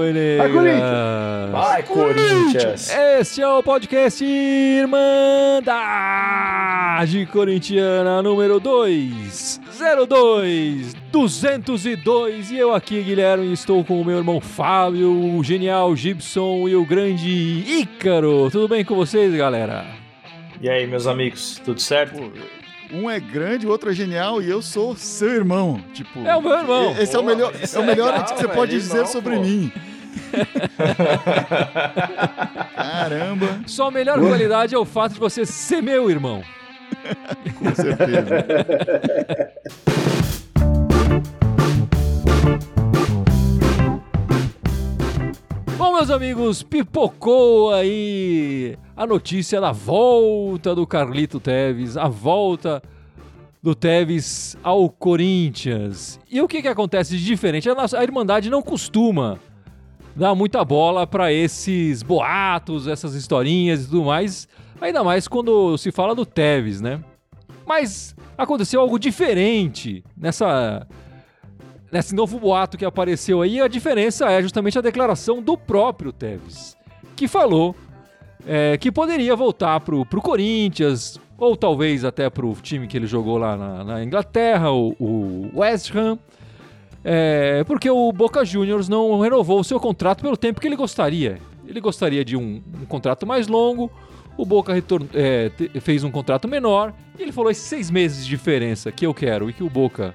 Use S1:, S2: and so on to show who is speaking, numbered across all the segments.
S1: Boi
S2: Vai, Corinthians!
S1: Negra!
S2: Vai, Corinthians!
S1: Este é o podcast Irmandade Corintiana número 202 e eu aqui, Guilherme, estou com o meu irmão Fábio, o genial Gibson e o grande Ícaro. Tudo bem com vocês, galera?
S2: E aí, meus amigos, tudo certo?
S3: Um é grande, o outro é genial e eu sou seu irmão. Tipo,
S1: é o meu irmão.
S3: Esse é o melhor que você pode dizer sobre mim. Caramba.
S1: Sua melhor qualidade é o fato de você ser meu irmão.
S3: Com certeza.
S1: Bom, meus amigos, pipocou aí a notícia da volta do Carlito Tevez, a volta do Tevez ao Corinthians. E o que acontece de diferente? A Irmandade não costuma dar muita bola para esses boatos, essas historinhas e tudo mais, ainda mais quando se fala do Tevez, né? Mas aconteceu algo diferente nesse novo boato que apareceu aí. A diferença é justamente a declaração do próprio Tevez, que falou que poderia voltar pro Corinthians, ou talvez até pro time que ele jogou lá na Inglaterra, o West Ham, porque o Boca Juniors não renovou o seu contrato pelo tempo que ele gostaria. Ele gostaria de um contrato mais longo, o Boca fez um contrato menor, e ele falou: esses 6 meses de diferença que eu quero e que o Boca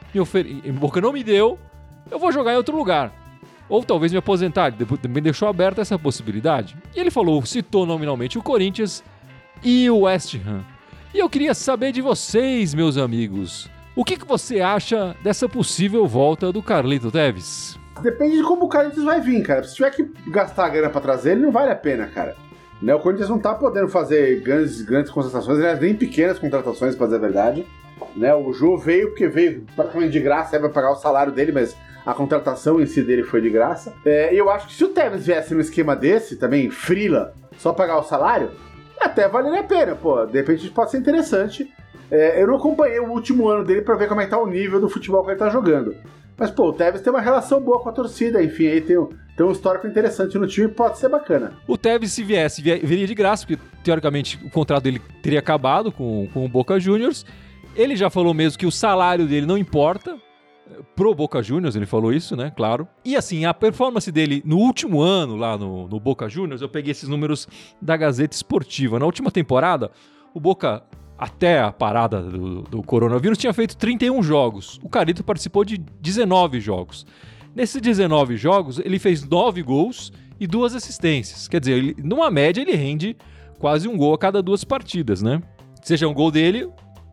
S1: não me deu, eu vou jogar em outro lugar. Ou talvez me aposentar. Ele também deixou aberta essa possibilidade. E ele citou nominalmente o Corinthians e o West Ham. E eu queria saber de vocês, meus amigos, o que você acha dessa possível volta do Carlito Tevez?
S4: Depende de como o Carlitos vai vir, cara. Se tiver que gastar a grana pra trazer ele, não vale a pena, cara. Né? O Corinthians não tá podendo fazer grandes contratações, aliás, nem pequenas contratações, pra dizer a verdade. Né? O Jô veio porque veio praticamente de graça, vai pagar o salário dele, mas a contratação em si dele foi de graça. Eu acho que se o Tevez viesse num esquema desse, também, frila, só pagar o salário, até valeria a pena, pô. De repente pode ser interessante. Eu não acompanhei o último ano dele pra ver como é que tá o nível do futebol que ele tá jogando. Mas, pô, o Tevez tem uma relação boa com a torcida, enfim, aí tem um histórico interessante no time, pode ser bacana.
S1: O Tevez, se viria de graça, porque teoricamente o contrato dele teria acabado com o Boca Juniors. Ele já falou mesmo que o salário dele não importa pro Boca Juniors, ele falou isso, né? Claro. E assim, a performance dele no último ano lá no Boca Juniors, eu peguei esses números da Gazeta Esportiva. Na última temporada, o Boca, até a parada do coronavírus, tinha feito 31 jogos. O Carlito participou de 19 jogos. Nesses 19 jogos, ele fez 9 gols e 2 assistências. Quer dizer, numa média, ele rende quase um gol a cada 2 partidas, né? Seja um gol dele...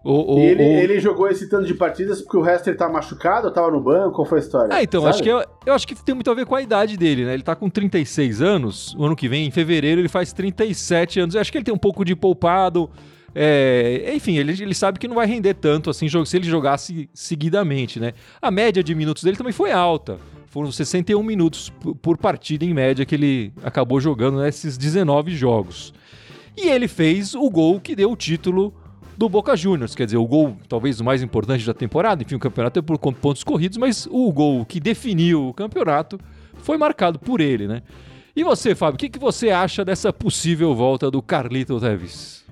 S4: Ele jogou esse tanto de partidas porque o resto ele tá machucado, ou tava no banco, qual foi a história?
S1: Então, eu acho que tem muito a ver com a idade dele, né? Ele tá com 36 anos, o ano que vem, em fevereiro, ele faz 37 anos. Eu acho que ele tem um pouco de poupado. Enfim, ele sabe que não vai render tanto assim se ele jogasse seguidamente, né? A média de minutos dele também foi alta. Foram 61 minutos por partida, em média, que ele acabou jogando nesses 19 jogos. E ele fez o gol que deu o título do Boca Juniors, quer dizer, o gol talvez o mais importante da temporada. Enfim, o campeonato é por pontos corridos, mas o gol que definiu o campeonato foi marcado por ele, né? E você, Fábio, o que você acha dessa possível volta do Carlito Tevez?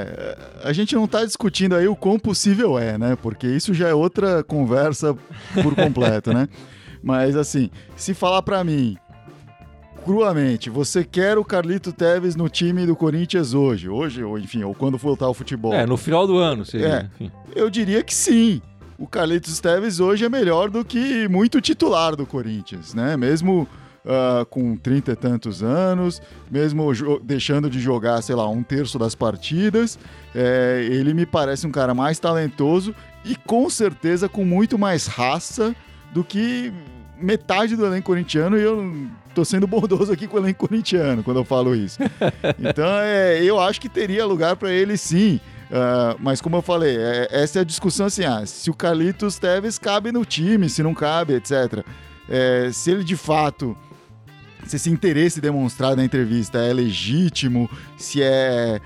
S3: A gente não tá discutindo aí o quão possível é, né? Porque isso já é outra conversa por completo, né? Mas assim, se falar pra mim cruamente, você quer o Carlito Tevez no time do Corinthians hoje, ou enfim, ou quando voltar ao futebol?
S1: No final do ano, seria.
S3: Eu diria que sim. O Carlitos Tevez hoje é melhor do que muito titular do Corinthians, né? Mesmo com 30 e tantos anos, mesmo deixando de jogar, sei lá, 1/3 das partidas, ele me parece um cara mais talentoso e com certeza com muito mais raça do que metade do elenco corintiano, e eu tô sendo bondoso aqui com o elenco corintiano quando eu falo isso. Então, eu acho que teria lugar para ele sim, mas como eu falei, essa é a discussão assim, se o Carlitos Tevez cabe no time, se não cabe, etc. Se ele de fato, se esse interesse demonstrado na entrevista é legítimo, se é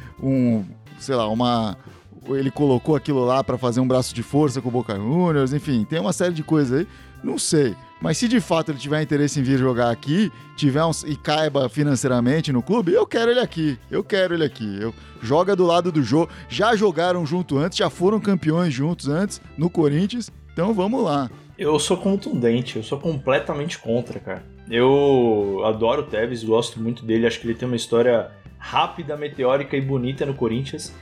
S3: ele colocou aquilo lá para fazer um braço de força com o Boca Juniors, enfim, tem uma série de coisas aí. Não sei, Mas se de fato ele tiver interesse em vir jogar aqui, e caiba financeiramente no clube, eu quero ele aqui. Joga do lado do jogo. Já jogaram junto antes, já foram campeões juntos antes no Corinthians. Então vamos lá.
S2: Eu sou contundente, eu sou completamente contra, cara. Eu adoro o Tevez, gosto muito dele, acho que ele tem uma história rápida, meteórica e bonita no Corinthians.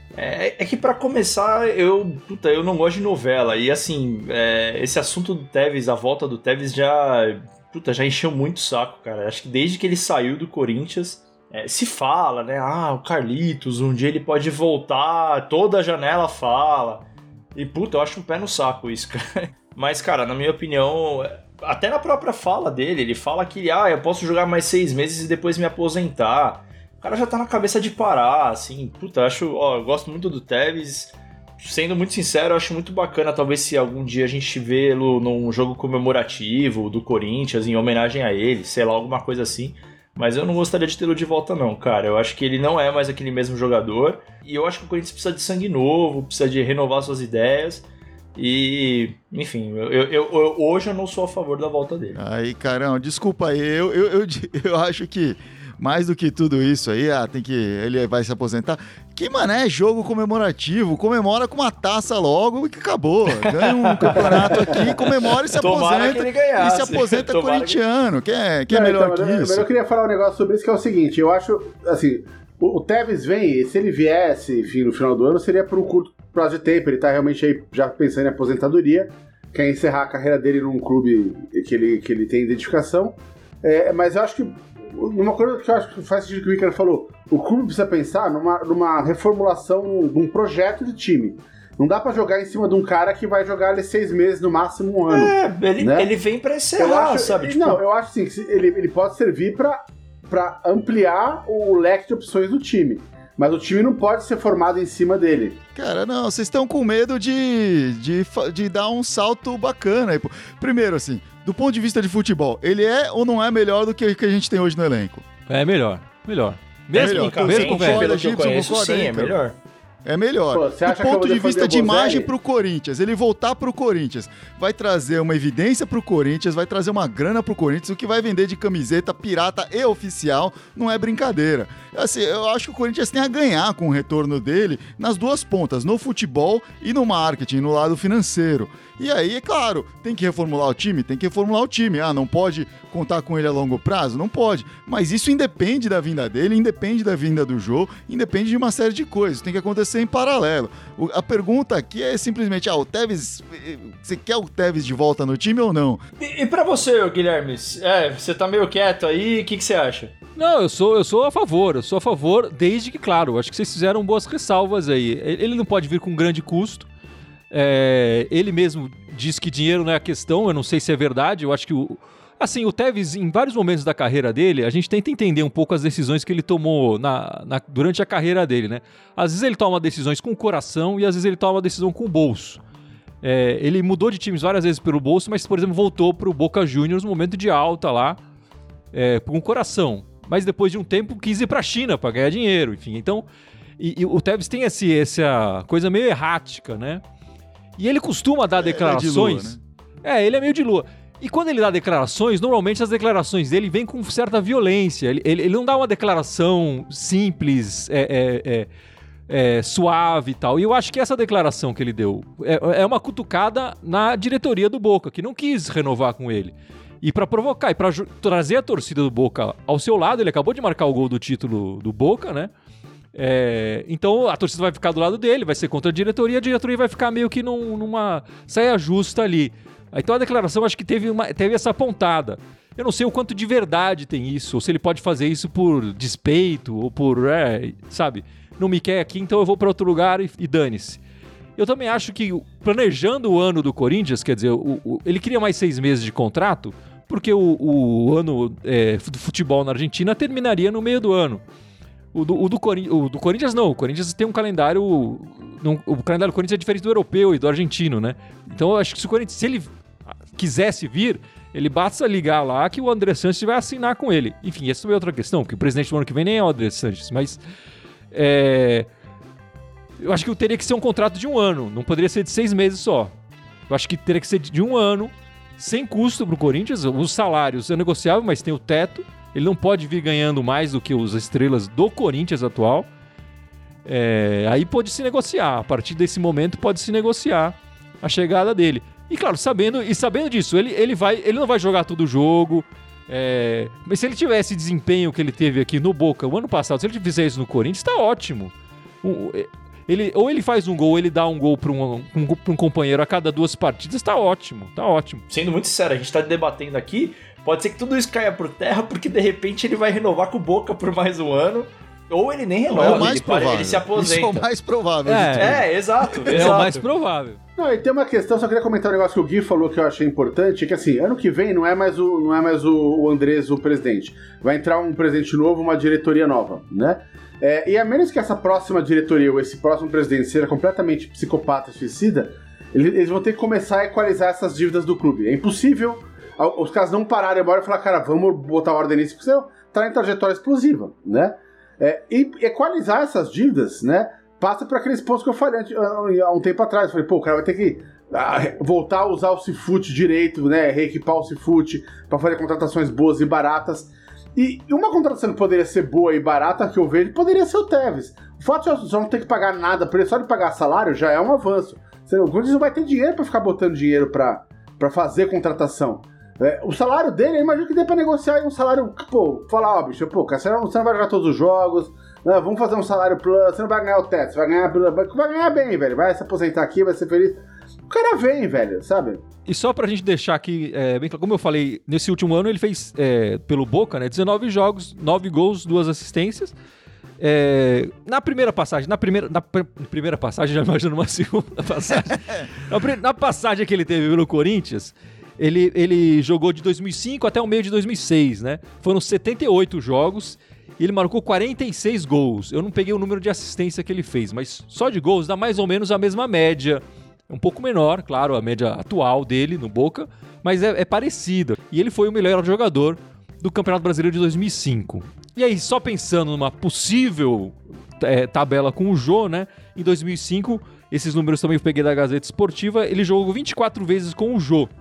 S2: É que pra começar, eu não gosto de novela. E assim, esse assunto do Tevez, a volta do Tevez já encheu muito o saco, cara. Acho que desde que ele saiu do Corinthians, se fala, né? O Carlitos, um dia ele pode voltar, toda a janela fala. E eu acho um pé no saco isso, cara. Mas, cara, na minha opinião, até na própria fala dele, ele fala que eu posso jogar mais 6 meses e depois me aposentar. O cara já tá na cabeça de parar, assim, eu gosto muito do Tevez. Sendo muito sincero, eu acho muito bacana, talvez se algum dia a gente vê-lo num jogo comemorativo do Corinthians, em homenagem a ele, sei lá, alguma coisa assim. Mas eu não gostaria de tê-lo de volta não, cara. Eu acho que ele não é mais aquele mesmo jogador. E eu acho que o Corinthians precisa de sangue novo, precisa de renovar suas ideias. E, enfim, hoje eu não sou a favor da volta dele.
S3: Aí, caramba, desculpa aí, eu acho que mais do que tudo isso aí, ele vai se aposentar. Que mané, jogo comemorativo, comemora com uma taça logo e que acabou. Ganha um campeonato aqui, comemora e se aposenta.
S2: Que ele ganhasse.
S3: E se aposenta corintiano, que é melhor que isso.
S4: Mas eu queria falar um negócio sobre isso, que é o seguinte, eu acho, assim, o Tevez vem, se ele viesse, enfim, no final do ano, seria por um curto prazo de tempo, ele tá realmente aí já pensando em aposentadoria, quer encerrar a carreira dele num clube que ele tem identificação, mas eu acho que uma coisa que eu acho que faz sentido que o Ícaro falou, o clube precisa pensar numa reformulação de um projeto de time. Não dá pra jogar em cima de um cara que vai jogar ali 6 meses, no máximo um ano.
S2: Ele vem pra encerrar, sabe?
S4: Não, eu acho assim, que ele pode servir pra ampliar o leque de opções do time. Mas o time não pode ser formado em cima dele.
S3: Cara, não, vocês estão com medo de dar um salto bacana. Primeiro, assim, do ponto de vista de futebol, ele é ou não é melhor do que o que a gente tem hoje no elenco?
S1: É melhor. Mesmo
S3: concorda, Gibson,
S2: sim, é melhor.
S3: É melhor.
S4: Pô, você acha
S3: do ponto
S4: que
S3: de vista de
S4: Bozelli?
S3: imagem pro Corinthians, ele voltar pro Corinthians, vai trazer uma evidência pro Corinthians, vai trazer uma grana pro Corinthians, o que vai vender de camiseta pirata e oficial não é brincadeira. Assim, eu acho que o Corinthians tem a ganhar com o retorno dele nas duas pontas, no futebol e no marketing, no lado financeiro. E aí, é claro, tem que reformular o time? Tem que reformular o time. Não pode contar com ele a longo prazo? Não pode. Mas isso independe da vinda dele, independe da vinda do jogo, independe de uma série de coisas. Tem que acontecer em paralelo. A pergunta aqui é simplesmente, o Tevez, você quer o Tevez de volta no time ou não?
S2: E pra você, Guilherme? Você tá meio quieto aí, o que você acha?
S1: Não, eu sou a favor, desde que, claro, acho que vocês fizeram boas ressalvas aí. Ele não pode vir com grande custo. Ele mesmo diz que dinheiro não é a questão, eu não sei se é verdade, eu acho que o Tevez, em vários momentos da carreira dele, a gente tenta entender um pouco as decisões que ele tomou durante a carreira dele, né? Às vezes ele toma decisões com o coração e às vezes ele toma decisão com o bolso. Ele mudou de times várias vezes pelo bolso, mas, por exemplo, voltou pro Boca Juniors no momento de alta lá, com o coração. Mas depois de um tempo quis ir pra China pra ganhar dinheiro, enfim. Então, e o Tevez tem essa coisa meio errática, né? E ele costuma dar declarações...
S3: Ele é de lua, né?
S1: Ele é meio de lua. E quando ele dá declarações, normalmente as declarações dele vêm com certa violência. Ele não dá uma declaração simples, suave e tal. E eu acho que essa declaração que ele deu é uma cutucada na diretoria do Boca, que não quis renovar com ele. E para provocar, e para trazer a torcida do Boca ao seu lado, ele acabou de marcar o gol do título do Boca, né? Então a torcida vai ficar do lado dele, vai ser contra a diretoria vai ficar meio que numa saia justa ali. Então a declaração acho que teve essa pontada. Eu não sei o quanto de verdade tem isso, ou se ele pode fazer isso por despeito, ou por, sabe, não me quer aqui, então eu vou para outro lugar e dane-se. Eu também acho que, planejando o ano do Corinthians, quer dizer, ele queria mais 6 meses de contrato, porque o ano do futebol na Argentina terminaria no meio do ano. O do Corinthians não, o Corinthians tem um calendário... o calendário do Corinthians é diferente do europeu e do argentino, né? Então eu acho que se ele quisesse vir, ele basta ligar lá que o André Sanches vai assinar com ele. Enfim, essa é outra questão, porque o presidente do ano que vem nem é o André Sanches, mas... eu acho que teria que ser um contrato de 1 ano, não poderia ser de 6 meses só. Eu acho que teria que ser de 1 ano, sem custo pro Corinthians. Os salários é negociável, mas tem o teto. Ele não pode vir ganhando mais do que as estrelas do Corinthians atual. Aí pode se negociar. A partir desse momento pode se negociar a chegada dele. E claro, sabendo disso, ele não vai jogar todo o jogo. Mas se ele tivesse desempenho que ele teve aqui no Boca o ano passado, se ele fizer isso no Corinthians, tá ótimo. Ou ele faz um gol, ou ele dá um gol para um companheiro a cada 2 partidas, tá ótimo, tá ótimo.
S2: Sendo muito sincero, a gente tá debatendo aqui, pode ser que tudo isso caia por terra, porque de repente ele vai renovar com o Boca por mais um ano, ou ele nem renova, ele se aposenta.
S3: Isso é o mais provável.
S2: Exato.
S1: É o mais provável.
S4: Não, e tem uma questão, só queria comentar um negócio que o Gui falou que eu achei importante, que assim, ano que vem não é mais o Andrés o presidente. Vai entrar um presidente novo, uma diretoria nova, né? E a menos que essa próxima diretoria ou esse próximo presidente seja completamente psicopata, suicida, eles vão ter que começar a equalizar essas dívidas do clube. É impossível os caras não pararem agora e falar, cara, vamos botar ordem nisso, porque senão tá em trajetória explosiva, né? E equalizar essas dívidas, né, passa por aqueles pontos que eu falei há um tempo atrás. Eu falei, o cara vai ter que voltar a usar o Cifute direito, né, reequipar o Cifute para fazer contratações boas e baratas. E uma contratação que poderia ser boa e barata, que eu vejo, poderia ser o Tevez. O fato de eu não ter que pagar nada por ele, só de pagar salário, já é um avanço. O Corinthians não vai ter dinheiro para ficar botando dinheiro para fazer contratação. O salário dele, eu imagino que dê pra negociar um salário, falar, bicho, cara, você não vai jogar todos os jogos, né, vamos fazer um salário plus, você não vai ganhar o teto, você vai ganhar bem, velho, vai se aposentar aqui, vai ser feliz. O cara vem, velho, sabe?
S1: E só pra gente deixar aqui, bem claro, como eu falei, nesse último ano ele fez, pelo Boca, né, 19 jogos, 9 gols, 2 assistências. Na primeira passagem, na primeira passagem, já imagino uma segunda passagem, na passagem que ele teve pelo Corinthians, ele jogou de 2005 até o meio de 2006, né? Foram 78 jogos e ele marcou 46 gols. Eu não peguei o número de assistência que ele fez, mas só de gols dá mais ou menos a mesma média. Um pouco menor, claro, a média atual dele no Boca, mas é parecida. E ele foi o melhor jogador do Campeonato Brasileiro de 2005. E aí, só pensando numa possível tabela com o Jô, né? Em 2005, esses números também eu peguei da Gazeta Esportiva, ele jogou 24 vezes com o Jô.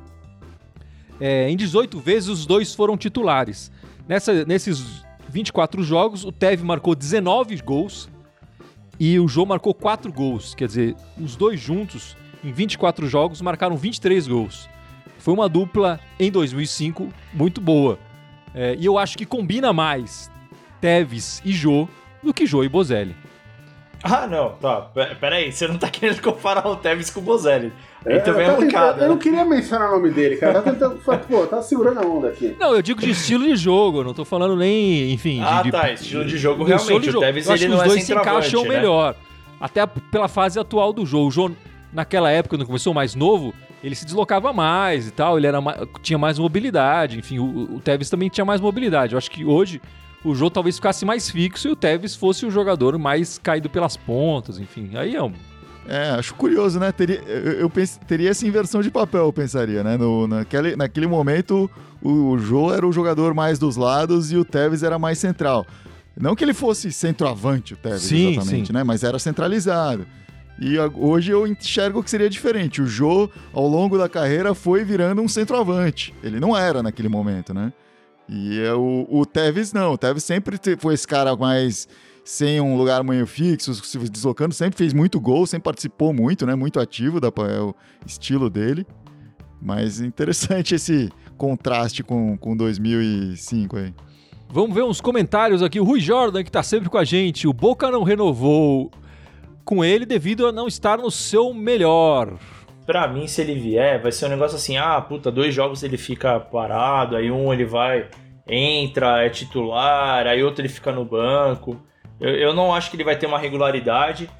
S1: Em 18 vezes os dois foram titulares. Nesses 24 jogos, o Tevez marcou 19 gols e o Jô marcou 4 gols. Quer dizer, os dois juntos, em 24 jogos, marcaram 23 gols. Foi uma dupla, em 2005, muito boa. E eu acho que combina mais Tevez e Jô do que Jô e Bozelli.
S2: Ah, não, tá. Peraí, você não tá querendo comparar o Tevez com o Bozelli. Aí também é mancada.
S4: Eu não queria mencionar o nome dele, cara. Tá tentando. Tá segurando a onda aqui.
S1: Não, eu digo de estilo de jogo, eu não tô falando nem, enfim.
S2: Estilo de jogo realmente. O Tevez,
S1: eu acho
S2: ele
S1: que
S2: não
S1: os dois
S2: é
S1: se encaixam
S2: né?
S1: melhor. Até pela fase atual do jogo. O Jô, naquela época, quando começou mais novo, ele se deslocava mais e tal, ele tinha mais mobilidade. Enfim, o Tevez também tinha mais mobilidade. Eu acho que hoje o Jô talvez ficasse mais fixo e o Tevez fosse o jogador mais caído pelas pontas, enfim. Aí
S3: acho curioso, né? Teria essa inversão de papel, eu pensaria, né? Naquele momento, o Jô era o jogador mais dos lados e o Tevez era mais central. Não que ele fosse centroavante, o Tevez, exatamente, né? Mas era centralizado. E hoje eu enxergo que seria diferente. O Jô, ao longo da carreira, foi virando um centroavante. Ele não era naquele momento, né? E o Tevez não. O Tevez sempre foi esse cara mais sem um lugar meio fixo, se deslocando, sempre fez muito gol, sempre participou muito, né? Muito ativo, é o estilo dele. Mas interessante esse contraste com 2005 aí.
S1: Vamos ver uns comentários aqui. O Rui Jordan, que tá sempre com a gente. O Boca não renovou com ele devido a não estar no seu melhor.
S2: Pra mim, se ele vier, vai ser um negócio assim, 2 jogos ele fica parado, aí um ele entra, é titular, aí outro ele fica no banco. Eu não acho que ele vai ter uma regularidade.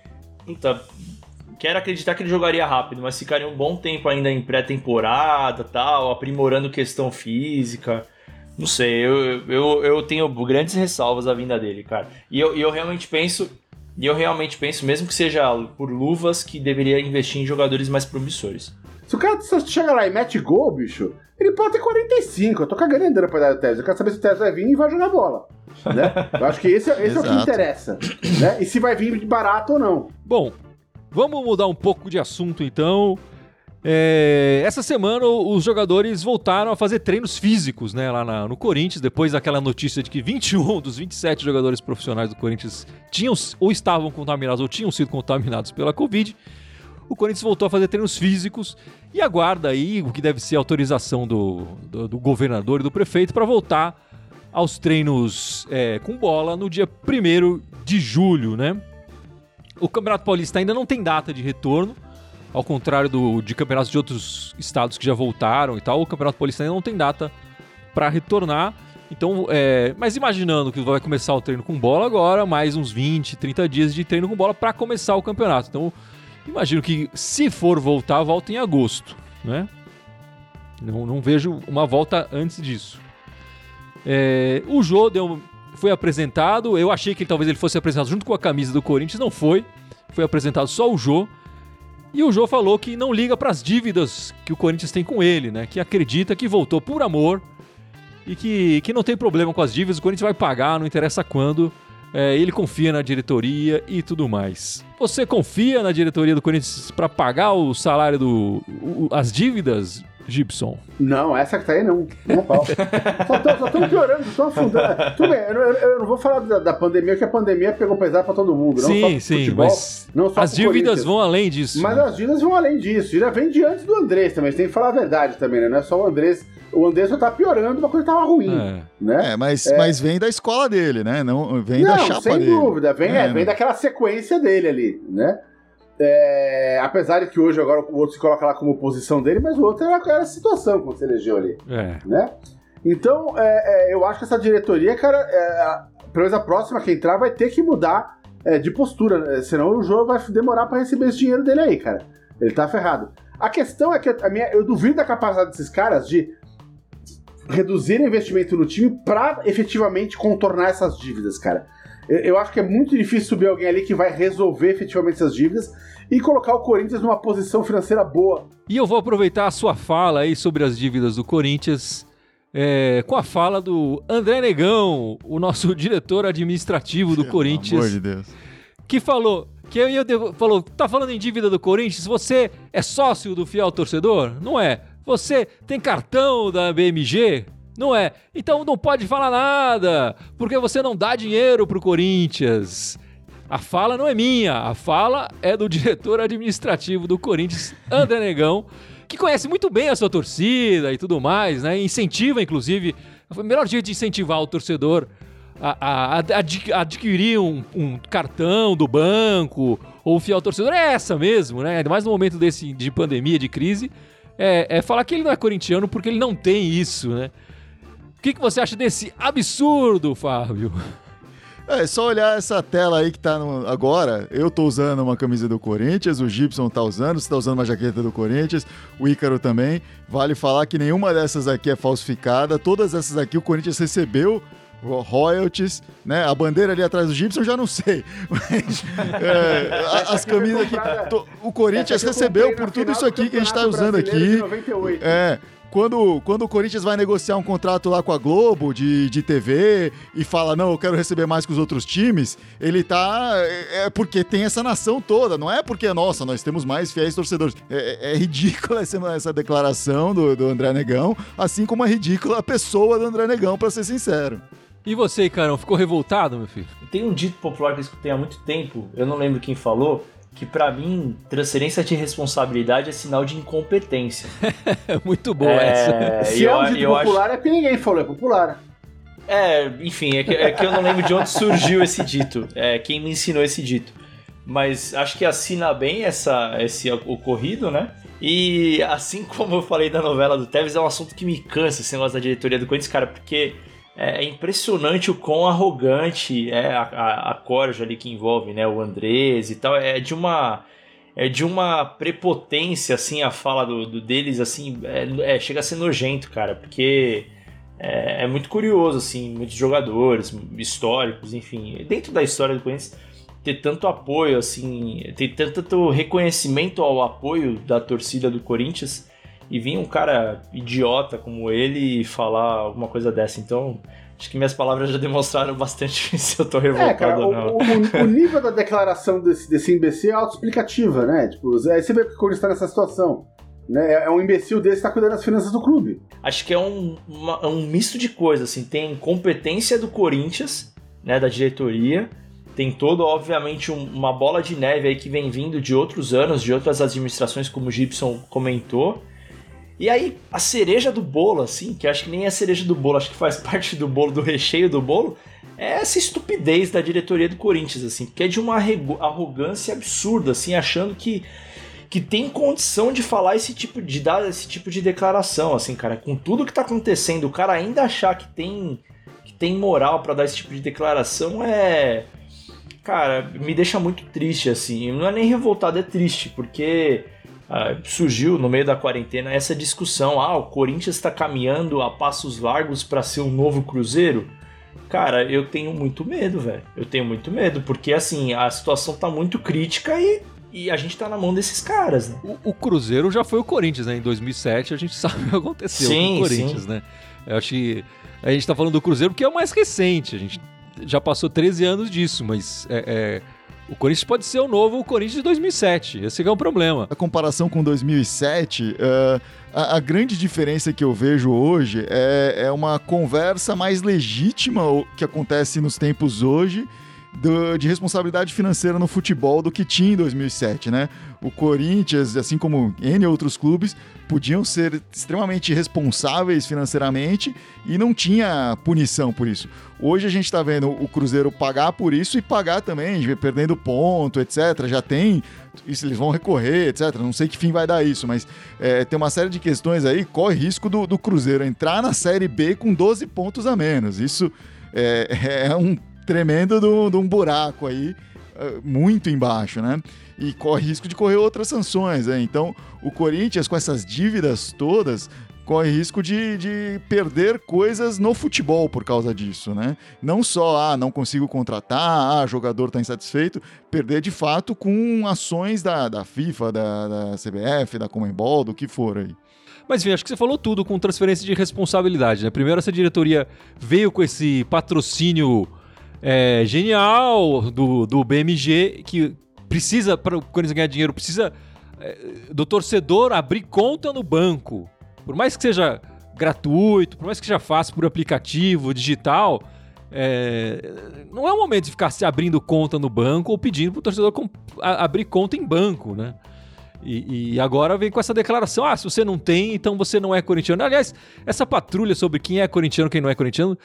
S2: Quero acreditar que ele jogaria rápido, mas ficaria um bom tempo ainda em pré-temporada, tal, aprimorando questão física. Não sei, eu tenho grandes ressalvas à vinda dele, cara. E eu realmente penso, mesmo que seja por luvas, que deveria investir em jogadores mais promissores.
S4: Se o cara chega lá e mete gol, bicho, ele pode ter 45. Eu tô cagando e andando pra dar o Tevez. Eu quero saber se o Tevez vai vir e vai jogar bola. Né? Eu acho que esse é o que interessa. Né? E se vai vir de barato ou não.
S1: Bom, vamos mudar um pouco de assunto então. Essa semana os jogadores voltaram a fazer treinos físicos, né, lá no Corinthians, depois daquela notícia de que 21 dos 27 jogadores profissionais do Corinthians tinham ou estavam contaminados ou tinham sido contaminados pela Covid. O Corinthians voltou a fazer treinos físicos e aguarda aí o que deve ser a autorização do governador e do prefeito para voltar aos treinos com bola no dia 1º de julho, né? O Campeonato Paulista ainda não tem data de retorno, ao contrário de campeonatos de outros estados que já voltaram e tal. O Campeonato Paulista ainda não tem data para retornar. Então, mas imaginando que vai começar o treino com bola agora, mais uns 20, 30 dias de treino com bola para começar o campeonato. Então, imagino que se for voltar, volta em agosto, né? Não vejo uma volta antes disso. O Jô foi apresentado. Eu achei que talvez ele fosse apresentado junto com a camisa do Corinthians. Não foi. Foi apresentado só o Jô. E o Jô falou que não liga para as dívidas que o Corinthians tem com ele, né? Que acredita que voltou por amor e que não tem problema com as dívidas. O Corinthians vai pagar, não interessa quando. Ele confia na diretoria e tudo mais. Você confia na diretoria do Corinthians para pagar o salário as dívidas, Gibson?
S4: Não, essa que tá aí não. Não pau. Só estão piorando, estão afundando. Tudo bem, eu não vou falar da pandemia, porque a pandemia pegou pesado pra todo mundo. Não
S1: sim,
S4: só pro futebol,
S1: mas
S4: não só
S1: as dívidas vão além disso.
S4: Mas
S1: né?
S4: as dívidas vão além disso. Já vem de antes do Andrés também. Você tem que falar a verdade também, né? Não é só o Andrés. O Andrés só tá piorando, uma coisa tava ruim. Né?
S3: Mas vem da escola dele, né? Não vem da chapa
S4: sem
S3: dele.
S4: Dúvida. Vem daquela sequência dele ali, né? Apesar de que hoje agora o outro se coloca lá como oposição dele, mas o outro era a situação quando se elegeu ali. Né? Então, eu acho que essa diretoria, cara, pelo menos a próxima que entrar vai ter que mudar de postura, né? Senão o jogo vai demorar pra receber esse dinheiro dele aí, cara. Ele tá ferrado. A questão é que eu duvido da capacidade desses caras de reduzir investimento no time pra efetivamente contornar essas dívidas, cara. Eu acho que é muito difícil subir alguém ali que vai resolver efetivamente essas dívidas e colocar o Corinthians numa posição financeira boa.
S1: E eu vou aproveitar a sua fala aí sobre as dívidas do Corinthians com a fala do André Negão, o nosso diretor administrativo do Corinthians.
S3: Pelo amor de Deus.
S1: Que falou... falou, tá falando em dívida do Corinthians, você é sócio do fiel torcedor? Não é. Você tem cartão da BMG? Não é. Então não pode falar nada, porque você não dá dinheiro pro Corinthians. A fala não é minha, a fala é do diretor administrativo do Corinthians, André Negão, que conhece muito bem a sua torcida e tudo mais, né? Incentiva, inclusive, o melhor jeito de incentivar o torcedor a adquirir um cartão do banco ou o fiel torcedor é essa mesmo, né? Ainda mais no momento de pandemia, de crise, falar que ele não é corintiano porque ele não tem isso, né? O que você acha desse absurdo, Fábio?
S3: É só olhar essa tela aí que tá agora. Eu tô usando uma camisa do Corinthians, o Gibson tá usando, você tá usando uma jaqueta do Corinthians, o Ícaro também. Vale falar que nenhuma dessas aqui é falsificada, todas essas aqui o Corinthians recebeu royalties, né? A bandeira ali atrás do Gibson já não sei, mas as camisas aqui, o Corinthians recebeu por tudo isso aqui que a gente tá usando aqui. Quando o Corinthians vai negociar um contrato lá com a Globo de TV e fala, não, eu quero receber mais que os outros times, ele tá... porque tem essa nação toda, não é porque, nossa, nós temos mais fiéis torcedores. É ridícula essa declaração do André Negão, assim como é ridícula a pessoa do André Negão, pra ser sincero.
S1: E você, Carão, ficou revoltado, meu filho?
S2: Tem um dito popular que eu escutei há muito tempo, eu não lembro quem falou, que pra mim, transferência de responsabilidade é sinal de incompetência.
S1: É muito boa essa.
S4: Se é um dito popular, é porque ninguém falou, é popular.
S2: Enfim, é que eu não lembro de onde surgiu esse dito, quem me ensinou esse dito. Mas acho que assina bem esse ocorrido, né? E assim como eu falei da novela do Tevez, é um assunto que me cansa, esse negócio da diretoria do Corinthians, cara, porque é impressionante o quão arrogante é a corja ali que envolve, né, o Andrés e tal. É de uma prepotência, assim, a fala deles, assim, chega a ser nojento, cara, porque é muito curioso, assim, muitos jogadores históricos, enfim, dentro da história do Corinthians, ter tanto apoio, assim, ter tanto reconhecimento ao apoio da torcida do Corinthians, e vir um cara idiota como ele falar alguma coisa dessa. Então, acho que minhas palavras já demonstraram bastante se eu tô revoltado ou não.
S4: O nível da declaração desse imbecil é autoexplicativa, né? Tipo, você vê que o Corinthians tá nessa situação. Né? É um imbecil desse que tá cuidando das finanças do clube.
S2: Acho que é um misto de coisas, assim. Tem competência do Corinthians, né, da diretoria. Tem todo, obviamente, uma bola de neve aí que vem vindo de outros anos, de outras administrações, como o Gibson comentou. E aí, a cereja do bolo, assim, que acho que nem é a cereja do bolo, acho que faz parte do bolo, do recheio do bolo, é essa estupidez da diretoria do Corinthians, assim, que é de uma arrogância absurda, assim, achando que tem condição de falar de dar esse tipo de declaração, assim, cara, com tudo que tá acontecendo, o cara ainda achar que tem moral pra dar esse tipo de declaração cara, me deixa muito triste, assim, não é nem revoltado, é triste, porque surgiu no meio da quarentena essa discussão, o Corinthians está caminhando a passos largos para ser um novo Cruzeiro. Cara, eu tenho muito medo, velho. Eu tenho muito medo, porque assim, a situação tá muito crítica e a gente tá na mão desses caras, né?
S1: O Cruzeiro já foi o Corinthians, né? Em 2007 a gente sabe o que aconteceu com o Corinthians, né? Eu acho que a gente tá falando do Cruzeiro porque é o mais recente, a gente já passou 13 anos disso, mas o Corinthians pode ser o novo Corinthians de 2007, esse é o problema.
S3: A comparação com 2007, a grande diferença que eu vejo hoje é uma conversa mais legítima que acontece nos tempos hoje de responsabilidade financeira no futebol do que tinha em 2007, né? O Corinthians, assim como N outros clubes, podiam ser extremamente responsáveis financeiramente e não tinha punição por isso. Hoje a gente está vendo o Cruzeiro pagar por isso e pagar também, perdendo ponto, etc. Já tem, isso eles vão recorrer, etc. Não sei que fim vai dar isso, mas tem uma série de questões aí, corre risco do Cruzeiro entrar na Série B com 12 pontos a menos. Isso é um tremendo de um buraco aí, muito embaixo, né? E corre risco de correr outras sanções, né? Então, o Corinthians, com essas dívidas todas, corre risco de perder coisas no futebol por causa disso, né? Não só, não consigo contratar, jogador tá insatisfeito, perder de fato com ações da FIFA, da CBF, da Conmebol, do que for aí.
S1: Mas, enfim, acho que você falou tudo com transferência de responsabilidade, né? Primeiro, essa diretoria veio com esse patrocínio genial do BMG, que precisa, para o Corinthians ganhar dinheiro, precisa do torcedor abrir conta no banco. Por mais que seja gratuito, por mais que seja fácil por aplicativo, digital, não é o momento de ficar se abrindo conta no banco ou pedindo para o torcedor abrir conta em banco, né? E agora vem com essa declaração, se você não tem, então você não é corintiano. Aliás, essa patrulha sobre quem é corintiano e quem não é corintiano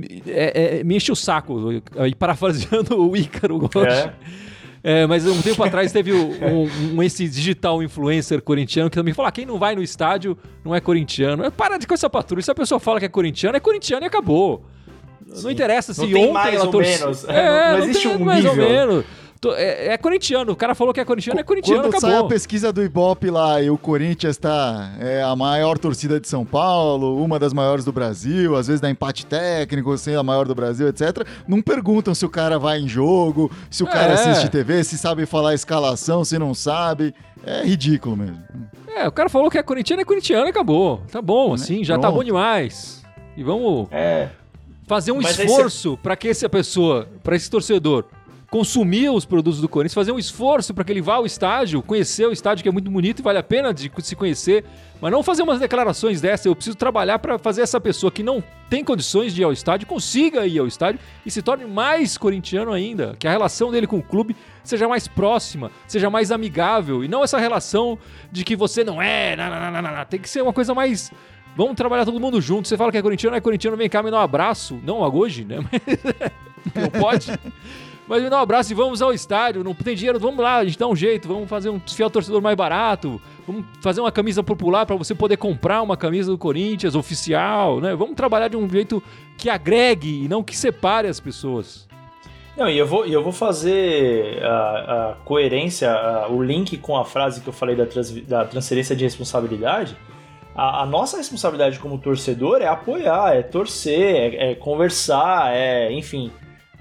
S1: me enche o saco, aí parafraseando o Ícaro Gotti. Mas um tempo atrás teve esse digital influencer corintiano que também falou, quem não vai no estádio não é corintiano. Para com essa patrulha, se a pessoa fala que é corintiano e acabou. Sim. Não interessa se
S2: não
S1: ontem
S2: mais
S1: ela
S2: torceu. Não existe um nível.
S1: Mais ou menos. É corintiano, o cara falou que é corintiano,
S3: Quando
S1: acabou.
S3: sai a pesquisa do Ibope lá e o Corinthians a maior torcida de São Paulo, uma das maiores do Brasil, às vezes dá empate técnico, assim, a maior do Brasil, etc. Não perguntam se o cara vai em jogo, se o cara assiste TV, se sabe falar a escalação, se não sabe. É ridículo mesmo.
S1: O cara falou que é corintiano e acabou. Tá bom, assim, já tá bom demais. E vamos fazer um esforço para que essa pessoa, para esse torcedor, consumir os produtos do Corinthians, fazer um esforço para que ele vá ao estádio, conhecer o estádio que é muito bonito e vale a pena de se conhecer, mas não fazer umas declarações dessas. Eu preciso trabalhar para fazer essa pessoa que não tem condições de ir ao estádio, consiga ir ao estádio e se torne mais corintiano ainda, que a relação dele com o clube seja mais próxima, seja mais amigável, e não essa relação de que você não é, tem que ser uma coisa mais... Vamos trabalhar todo mundo junto. Você fala que é corintiano, vem cá me dá um abraço. Não hoje, né? Não pode. Mas me dá um abraço e vamos ao estádio. Não tem dinheiro, vamos lá, a gente dá um jeito. Vamos desfiar o torcedor mais barato. Vamos fazer uma camisa popular para você poder comprar uma camisa do Corinthians oficial, né? Vamos trabalhar de um jeito que agregue e não que separe as pessoas.
S2: Não, e eu vou fazer a coerência, o link com a frase que eu falei da transferência de responsabilidade. A nossa responsabilidade como torcedor é apoiar, é torcer, é conversar, enfim,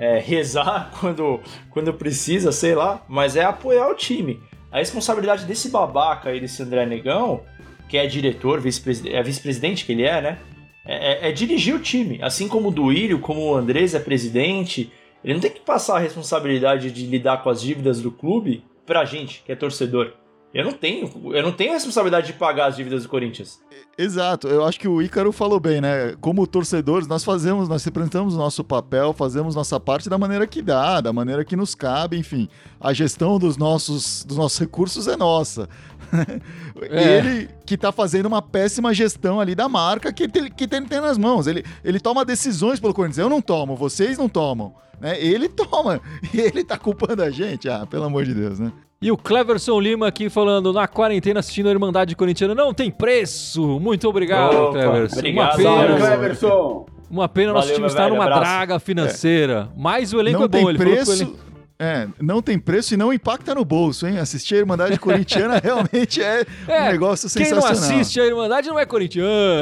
S2: rezar quando precisa, sei lá, mas é apoiar o time. A responsabilidade desse babaca aí, desse André Negão, que é diretor, vice-presidente que ele né? É dirigir o time, assim como o Duílio, como o Andrés é presidente. Ele não tem que passar a responsabilidade de lidar com as dívidas do clube pra gente, que é torcedor. Eu não tenho responsabilidade de pagar as dívidas do Corinthians.
S3: Exato, eu acho que o Ícaro falou bem, né? Como torcedores, nós representamos o nosso papel, fazemos nossa parte da maneira que dá, da maneira que nos cabe, enfim. A gestão dos nossos recursos é nossa. Ele que tá fazendo uma péssima gestão ali da marca que ele tem nas mãos. Ele toma decisões pelo Corinthians. Eu não tomo, vocês não tomam. Né? Ele toma. E ele tá culpando a gente. Pelo amor de Deus, né?
S1: E o Cleverson Lima aqui falando, na quarentena assistindo a Irmandade Corintiana, não tem preço. Muito obrigado, Cleverson.
S2: Obrigado,
S4: Cleverson.
S1: Uma pena, nosso time estar numa draga financeira. Mas o elenco
S3: não
S1: é bom.
S3: Tem
S1: ele
S3: preço, não tem preço e não impacta no bolso, hein? Assistir a Irmandade Corintiana realmente é um negócio sensacional.
S1: Quem não assiste a Irmandade não é corintiano.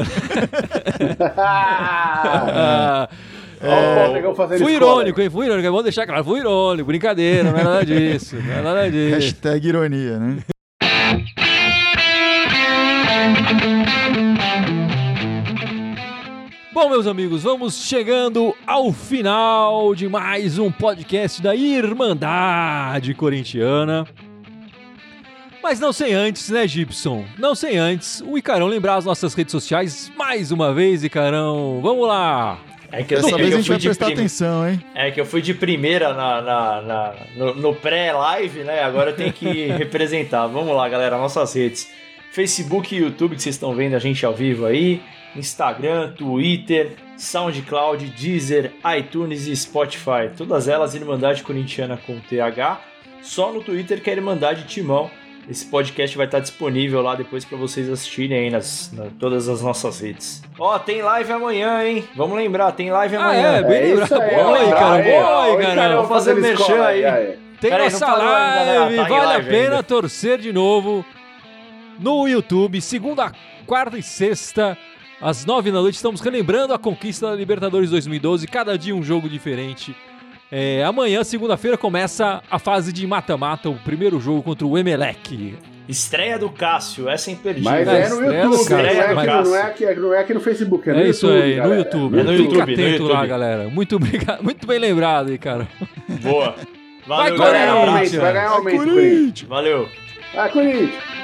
S1: Fui irônico, hein? Vamos deixar claro, fui irônico, brincadeira, não é nada disso.
S3: Hashtag ironia, né?
S1: Bom, meus amigos, vamos chegando ao final de mais um podcast da Irmandade Corintiana. Mas não sem antes, né, Gibson? Não sem antes, o Icarão lembrar as nossas redes sociais mais uma vez, Icarão. Vamos lá!
S3: Dessa vez a gente vai prestar atenção, hein?
S2: É que eu fui de primeira no pré-live, né? Agora eu tenho que representar. Vamos lá, galera, nossas redes. Facebook e YouTube, que vocês estão vendo a gente ao vivo aí. Instagram, Twitter, SoundCloud, Deezer, iTunes e Spotify. Todas elas Irmandade Corintiana com TH. Só no Twitter que é Irmandade Timão. Esse podcast vai estar disponível lá depois para vocês assistirem aí todas as nossas redes. Tem live amanhã, hein? Vamos lembrar, tem live amanhã.
S1: Bem lembrado. Boa aí, cara.
S2: Vamos fazer merchan aí.
S1: Tem nossa live, vale a pena torcer de novo no YouTube, segunda, quarta e sexta, às 9 da noite. Estamos relembrando a conquista da Libertadores 2012, cada dia um jogo diferente. Amanhã, segunda-feira, começa a fase de mata-mata, o primeiro jogo contra o Emelec.
S2: Estreia do Cássio, essa é imperdível.
S4: Mas é no YouTube, não é aqui no Facebook, é no YouTube.
S1: Isso aí,
S4: galera.
S1: no YouTube. Fica atento lá, galera. Muito obrigado, muito bem lembrado aí, cara.
S2: Boa. Valeu,
S4: galera. Vai ganhar um aumento, Corinthians.
S2: Valeu.
S4: Vai, Corinthians.